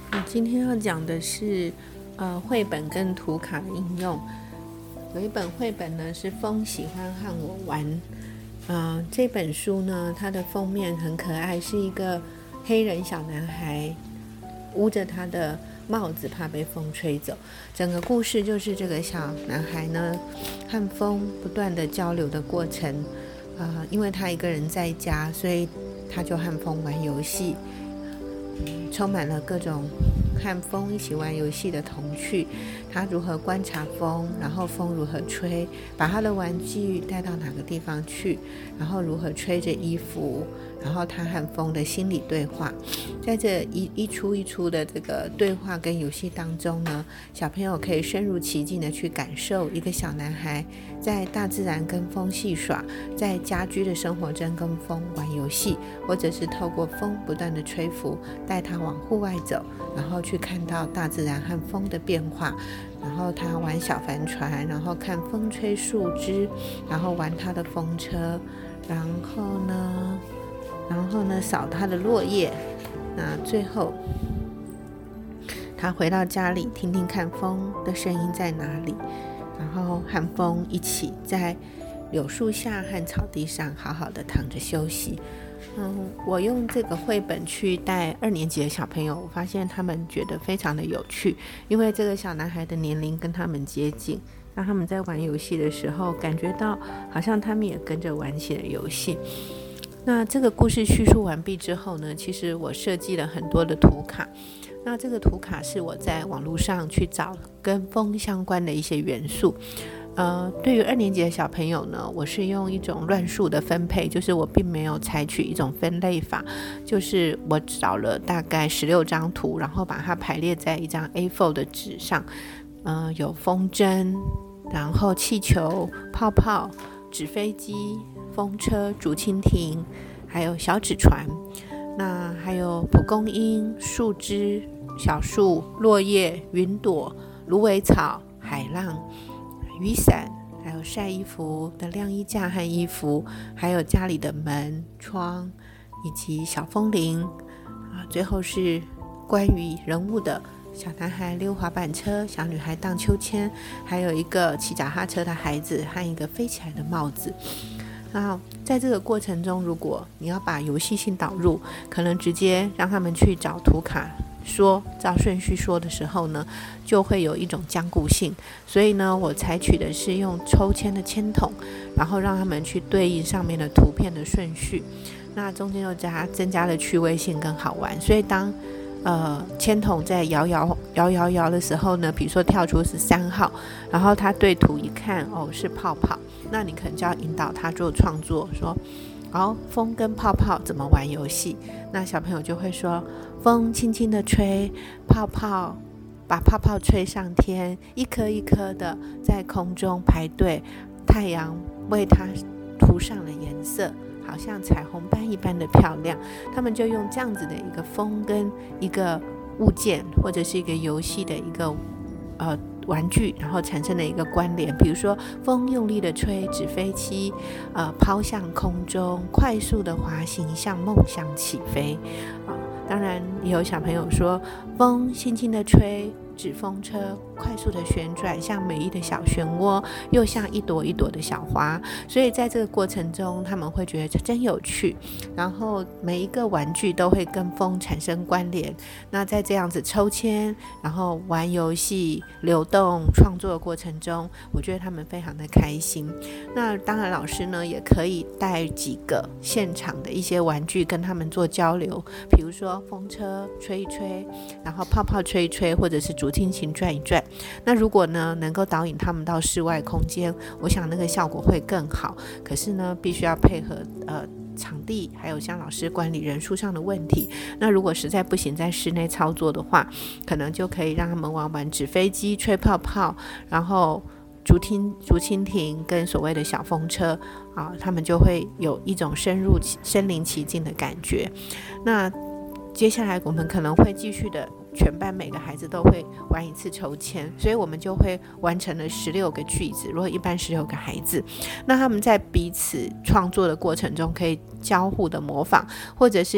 我今天要讲的是绘本跟图卡的应用。有一本绘本呢是风喜欢和我玩，这本书呢它的封面很可爱，是一个黑人小男孩捂着他的帽子怕被风吹走。整个故事就是这个小男孩呢和风不断的交流的过程，因为他一个人在家，所以他就和风玩游戏，充满了各种和风一起玩游戏的童趣。他如何观察风，然后风如何吹，把他的玩具带到哪个地方去，然后如何吹着衣服，然后他和风的心理对话。在这一出一出的这个对话跟游戏当中呢，小朋友可以深入其境的去感受一个小男孩在大自然跟风戏耍，在家居的生活中跟风玩游戏，或者是透过风不断的吹拂带他往户外走，然后去看到大自然和风的变化。然后他玩小帆船，然后看风吹树枝，然后玩他的风车，然后呢扫他的落叶。那最后他回到家里，听听看风的声音在哪里，然后和风一起在柳树下和草地上好好的躺着休息。我用这个绘本去带2年级的小朋友，我发现他们觉得非常的有趣，因为这个小男孩的年龄跟他们接近，让他们在玩游戏的时候感觉到好像他们也跟着玩起了游戏。那这个故事叙述完毕之后呢，其实我设计了很多的图卡。那这个图卡是我在网络上去找跟风相关的一些元素。对于2年级的小朋友呢，我是用一种乱数的分配，就是我并没有采取一种分类法，就是我找了大概16张图，然后把它排列在一张 A4 的纸上。有风筝，然后气球、泡泡、纸飞机、风车、竹蜻蜓，还有小纸船，那还有蒲公英、树枝、小树、落叶、云朵、芦苇草、海浪、雨伞，还有晒衣服的晾衣架和衣服，还有家里的门、窗，以及小风铃。最后是关于人物的，小男孩溜滑板车，小女孩荡秋千，还有一个骑脚踏车的孩子和一个飞起来的帽子。那在这个过程中，如果你要把游戏性导入，可能直接让他们去找图卡说，照顺序说的时候呢，就会有一种僵固性。所以呢，我采取的是用抽签的签筒，然后让他们去对应上面的图片的顺序，那中间又增加了趣味性跟好玩。所以当签筒在摇的时候呢，比如说跳出是3号，然后他对图一看，是泡泡，那你可能就要引导他做创作，说风跟泡泡怎么玩游戏。那小朋友就会说，风轻轻的吹，泡泡把泡泡吹上天，一颗一颗的在空中排队，太阳为它涂上了颜色，好像彩虹般一般的漂亮。他们就用这样子的一个风跟一个物件或者是一个游戏的一个玩具，然后产生了一个关联。比如说风用力的吹，纸飞机抛向空中，快速的滑行，向梦想起飞。当然也有小朋友说，风轻轻的吹，纸风车快速的旋转，像美丽的小漩涡，又像一朵一朵的小花。所以在这个过程中，他们会觉得这真有趣，然后每一个玩具都会跟风产生关联。那在这样子抽签，然后玩游戏、流动创作的过程中，我觉得他们非常的开心。那当然老师呢也可以带几个现场的一些玩具跟他们做交流，比如说风车吹一吹，然后泡泡吹一吹，或者是竹蜻蜓转一转。那如果呢能够导引他们到室外空间，我想那个效果会更好。可是呢必须要配合场地，还有像老师管理人数上的问题。那如果实在不行在室内操作的话，可能就可以让他们玩纸飞机、吹泡泡，然后竹蜻蜓跟所谓的小风车他们就会有一种身临其境的感觉。那接下来我们可能会继续的，全班每个孩子都会玩一次抽签，所以我们就会完成了16个句子。如果一般16个孩子，那他们在彼此创作的过程中可以交互的模仿，或者是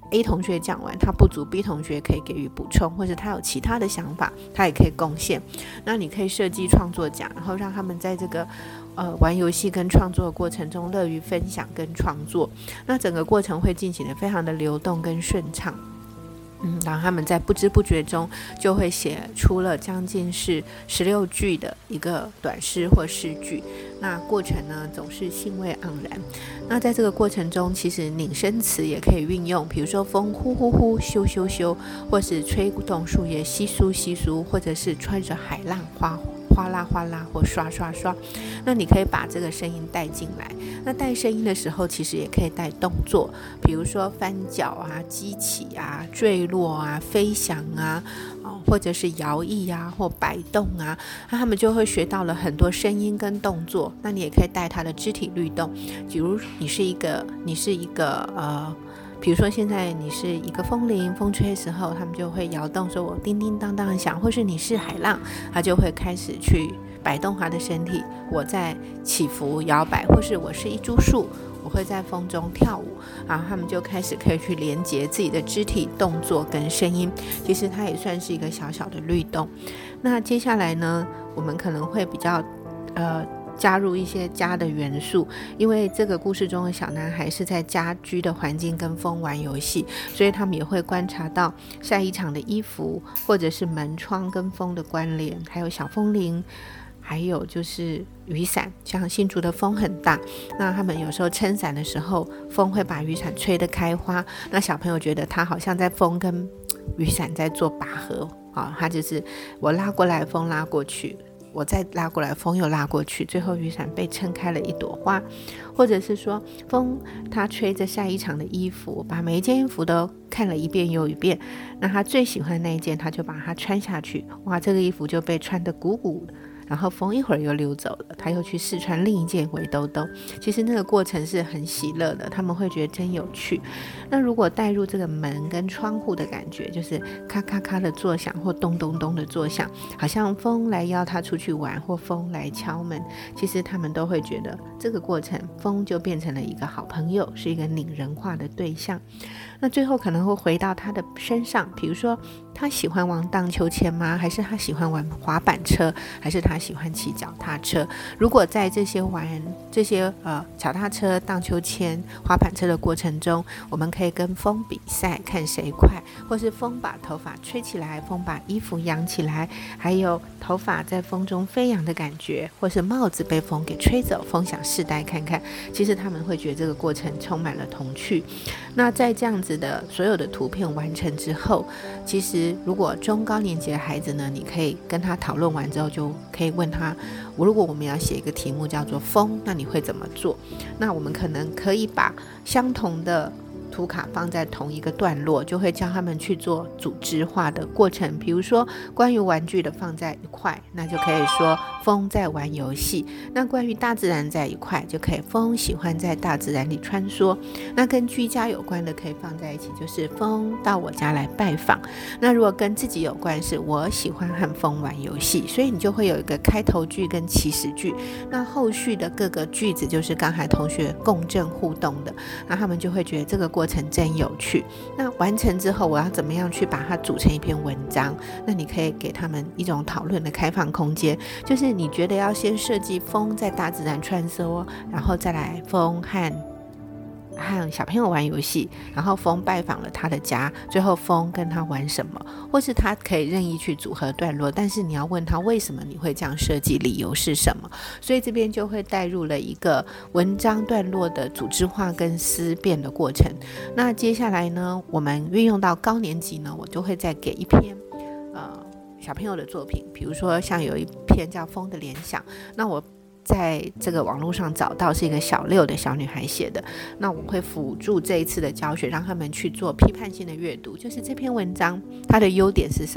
A 同学讲完他不足， B 同学可以给予补充，或者他有其他的想法他也可以贡献。那你可以设计创作奖，然后让他们在这个玩游戏跟创作的过程中乐于分享跟创作，那整个过程会进行的非常的流动跟顺畅。然后他们在不知不觉中就会写出了将近是16句的一个短诗或诗句，那过程呢总是兴味盎然。那在这个过程中，其实拟声词也可以运用，比如说风呼呼呼，咻咻咻，或是吹动树叶窸窣窸窣，或者是穿着海浪哗啦哗啦或刷刷刷，那你可以把这个声音带进来。那带声音的时候其实也可以带动作，比如说翻搅啊、激起啊、坠落啊、飞翔啊，或者是摇曳啊或摆动啊，那他们就会学到了很多声音跟动作。那你也可以带他的肢体律动，比如你是一个比如说现在你是一个风铃，风吹的时候他们就会摇动，说我叮叮当当的响，或是你是海浪，他就会开始去摆动他的身体，我在起伏摇摆，或是我是一株树，我会在风中跳舞，然后他们就开始可以去连接自己的肢体动作跟声音，其实它也算是一个小小的律动。那接下来呢，我们可能会比较加入一些家的元素，因为这个故事中的小男孩是在家居的环境跟风玩游戏，所以他们也会观察到晒衣场的衣服，或者是门窗跟风的关联，还有小风铃，还有就是雨伞，像新竹的风很大，那他们有时候撑伞的时候，风会把雨伞吹得开花，那小朋友觉得他好像在风跟雨伞在做拔河，他就是我拉过来，风拉过去，我再拉过来，风又拉过去，最后雨伞被撑开了一朵花。或者是说风他吹着晒衣场的衣服，把每一件衣服都看了一遍又一遍，那他最喜欢那一件他就把它穿下去，哇，这个衣服就被穿得鼓鼓的，然后风一会儿又溜走了，他又去试穿另一件围兜兜。其实那个过程是很喜乐的，他们会觉得真有趣。那如果带入这个门跟窗户的感觉，就是咔咔咔的作响或咚咚咚的作响，好像风来邀他出去玩，或风来敲门，其实他们都会觉得这个过程风就变成了一个好朋友，是一个拟人化的对象。那最后可能会回到他的身上，比如说他喜欢玩荡秋千吗？还是他喜欢玩滑板车？还是他喜欢骑脚踏车？如果在这些脚踏车、荡秋千、滑板车的过程中，我们可以跟风比赛，看谁快，或是风把头发吹起来，风把衣服扬起来，还有头发在风中飞扬的感觉，或是帽子被风给吹走，风想试戴看看，其实他们会觉得这个过程充满了童趣。那在这样子的所有的图片完成之后，其实如果中高年级的孩子呢，你可以跟他讨论完之后，就可以问他，如果我们要写一个题目叫做风，那你会怎么做？那我们可能可以把相同的图卡放在同一个段落，就会教他们去做组织化的过程。比如说关于玩具的放在一块，那就可以说风在玩游戏。那关于大自然在一块，就可以风喜欢在大自然里穿梭。那跟居家有关的可以放在一起，就是风到我家来拜访。那如果跟自己有关，是我喜欢和风玩游戏。所以你就会有一个开头句跟起始句，那后续的各个句子就是刚才同学共振互动的，那他们就会觉得这个过程真有趣。那完成之后，我要怎么样去把它组成一篇文章？那你可以给他们一种讨论的开放空间，就是你觉得要先设计风在大自然穿梭，然后再来风和小朋友玩游戏，然后风拜访了他的家，最后风跟他玩什么，或是他可以任意去组合段落，但是你要问他为什么你会这样设计，理由是什么。所以这边就会带入了一个文章段落的组织化跟思辨的过程。那接下来呢，我们运用到高年级呢，我就会再给一篇小朋友的作品，比如说像有一篇叫风的联想，那我在这个网络上找到是一个小6的小女孩写的，那我会辅助这一次的教学，让他们去做批判性的阅读，就是这篇文章它的优点是什么，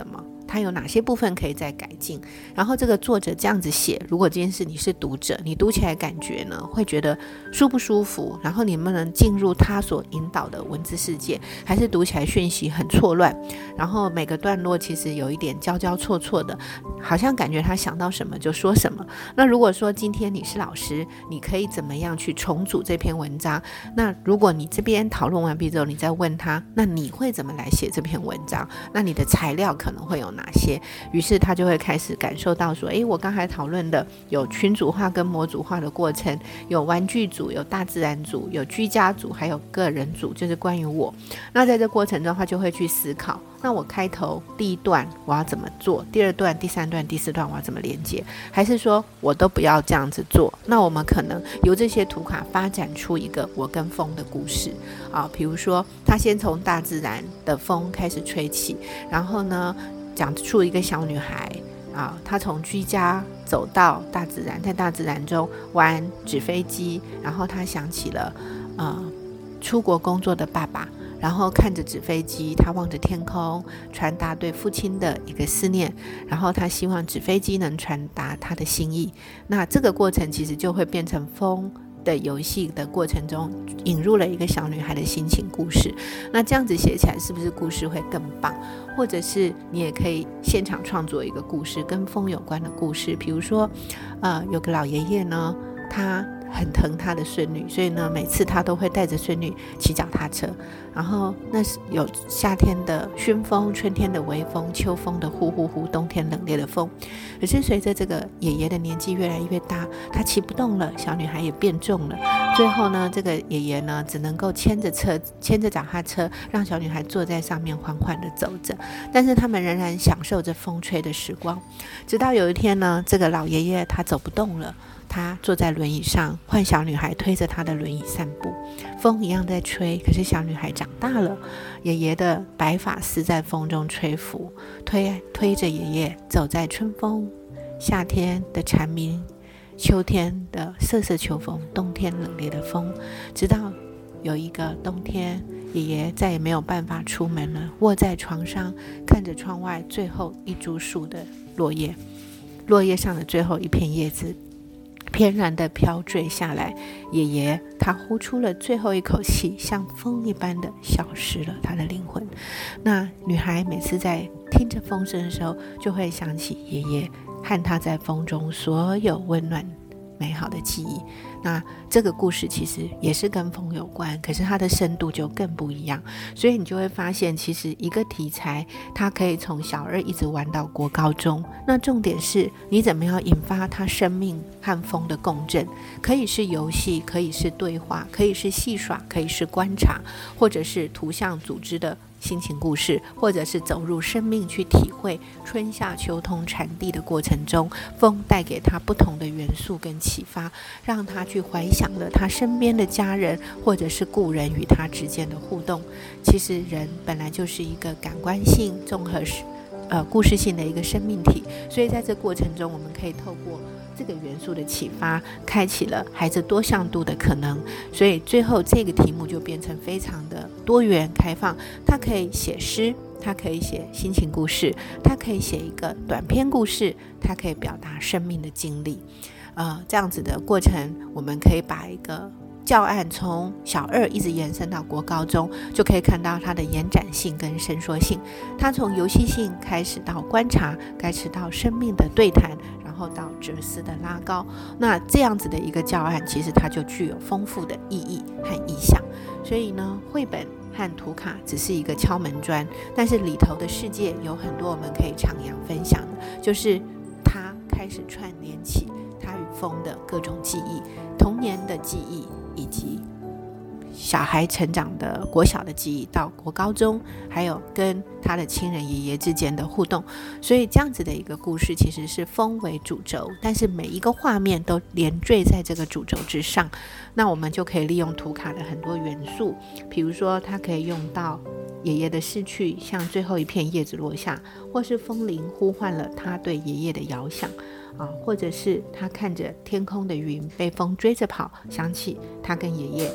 它有哪些部分可以再改进。然后这个作者这样子写，如果今天是你是读者，你读起来感觉呢会觉得舒不舒服，然后你能不能进入他所引导的文字世界，还是读起来讯息很错乱，然后每个段落其实有一点交交错错的，好像感觉他想到什么就说什么。那如果说今天你是老师，你可以怎么样去重组这篇文章？那如果你这边讨论完毕之后，你再问他，那你会怎么来写这篇文章？那你的材料可能会有哪些？于是他就会开始感受到说，我刚才讨论的有群组化跟模组化的过程，有玩具组，有大自然组，有居家组，还有个人组，就是关于我。那在这过程中他就会去思考，那我开头第一段我要怎么做，第二段第三段第四段我要怎么连接，还是说我都不要这样子做？那我们可能由这些图卡发展出一个我跟风的故事比如说他先从大自然的风开始吹起，然后呢讲出一个小女孩她从居家走到大自然，在大自然中玩纸飞机，然后她想起了出国工作的爸爸，然后看着纸飞机，他望着天空，传达对父亲的一个思念，然后他希望纸飞机能传达他的心意。那这个过程其实就会变成风的游戏的过程中引入了一个小女孩的心情故事。那这样子写起来是不是故事会更棒？或者是你也可以现场创作一个故事，跟风有关的故事。比如说有个老爷爷呢，他很疼他的孙女，所以呢每次他都会带着孙女骑脚踏车，然后那是有夏天的熏风，春天的微风，秋风的呼呼呼，冬天冷冽的风。可是随着这个爷爷的年纪越来越大，他骑不动了，小女孩也变重了，最后呢这个爷爷呢只能够牵着脚踏车，让小女孩坐在上面缓缓地走着，但是他们仍然享受着风吹的时光。直到有一天呢，这个老爷爷他走不动了，他坐在轮椅上，换小女孩推着他的轮椅散步，风一样在吹，可是小女孩长大了，爷爷的白发丝在风中吹拂，推着爷爷走在春风，夏天的蝉鸣，秋天的瑟瑟秋风，冬天冷冽的风。直到有一个冬天，爷爷再也没有办法出门了，卧在床上，看着窗外最后一株树的落叶，落叶上的最后一片叶子翩然地飘坠下来，爷爷他呼出了最后一口气，像风一般的消失了他的灵魂。那女孩每次在听着风声的时候，就会想起爷爷和他在风中所有温暖美好的记忆。那这个故事其实也是跟风有关，可是它的深度就更不一样。所以你就会发现，其实一个题材它可以从小二一直玩到国高中，那重点是你怎么样引发它生命和风的共振，可以是游戏，可以是对话，可以是戏耍，可以是观察，或者是图像组织的心情故事，或者是走入生命去体会春夏秋冬传递的过程中，风带给他不同的元素跟启发，让他去怀想了他身边的家人或者是故人与他之间的互动。其实人本来就是一个感官性综合故事性的一个生命体，所以在这过程中我们可以透过这个元素的启发，开启了孩子多向度的可能。所以最后这个题目就变成非常的多元开放，他可以写诗，他可以写心情故事，他可以写一个短篇故事，他可以表达生命的经历。这样子的过程，我们可以把一个教案从小二一直延伸到国高中，就可以看到它的延展性跟伸缩性。它从游戏性开始到观察，开始到生命的对谈，然后到哲思的拉高。那这样子的一个教案，其实它就具有丰富的意义和意象。所以呢，绘本和图卡只是一个敲门砖，但是里头的世界有很多我们可以徜徉分享的，就是它开始串联起它与风的各种记忆，童年的记忆，以及小孩成长的国小的记忆，到国高中，还有跟他的亲人爷爷之间的互动。所以这样子的一个故事其实是风为主轴，但是每一个画面都连缀在这个主轴之上。那我们就可以利用图卡的很多元素，比如说它可以用到爷爷的逝去，像最后一片叶子落下，或是风铃呼唤了他对爷爷的遥想或者是他看着天空的云被风追着跑，想起他跟爷爷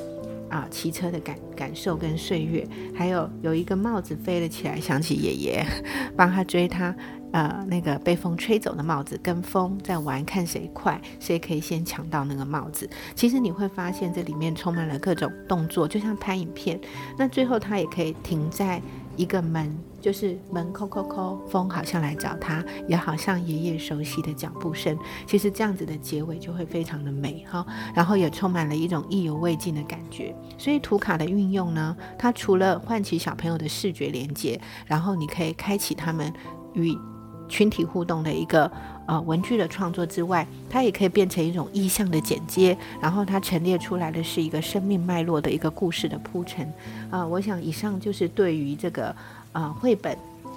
骑车的感受跟岁月，还有一个帽子飞了起来，想起爷爷帮他追他那个被风吹走的帽子，跟风在玩，看谁快，谁可以先抢到那个帽子。其实你会发现这里面充满了各种动作，就像拍影片。那最后他也可以停在一个门，就是门叩叩叩，风好像来找他，也好像爷爷熟悉的脚步声。其实这样子的结尾就会非常的美哈，然后也充满了一种意犹未尽的感觉。所以图卡的运用呢，它除了唤起小朋友的视觉连接，然后你可以开启他们与群体互动的一个文具的创作之外，它也可以变成一种意象的剪接，然后它陈列出来的是一个生命脉络的一个故事的铺陈。我想以上就是对于这个绘本，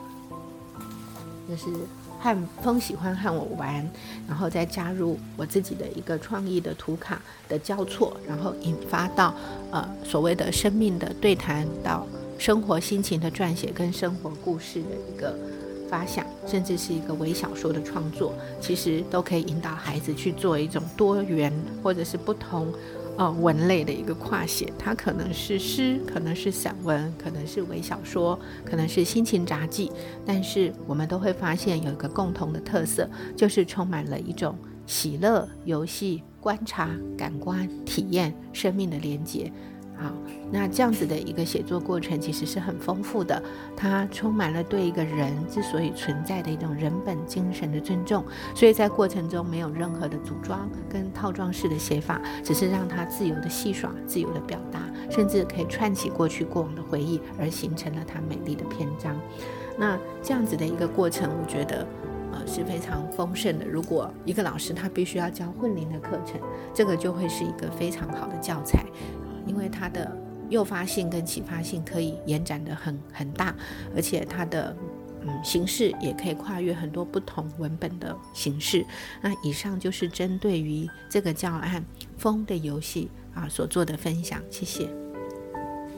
就是风喜欢和我玩，然后再加入我自己的一个创意的图卡的交错，然后引发到所谓的生命的对谈，到生活心情的撰写跟生活故事的一个发想，甚至是一个微小说的创作，其实都可以引导孩子去做一种多元或者是不同文类的一个跨写。它可能是诗，可能是散文，可能是微小说，可能是心情札记，但是我们都会发现有一个共同的特色，就是充满了一种喜乐、游戏、观察、感官、体验、生命的连结。好，那这样子的一个写作过程其实是很丰富的，它充满了对一个人之所以存在的一种人本精神的尊重，所以在过程中没有任何的组装跟套装式的写法，只是让它自由的戏耍，自由的表达，甚至可以串起过去过往的回忆，而形成了它美丽的篇章。那这样子的一个过程，我觉得是非常丰盛的。如果一个老师他必须要教混龄的课程，这个就会是一个非常好的教材，因为它的诱发性跟启发性可以延展的很大，而且它的形式也可以跨越很多不同文本的形式。那以上就是针对于这个教案风的游戏所做的分享，谢谢。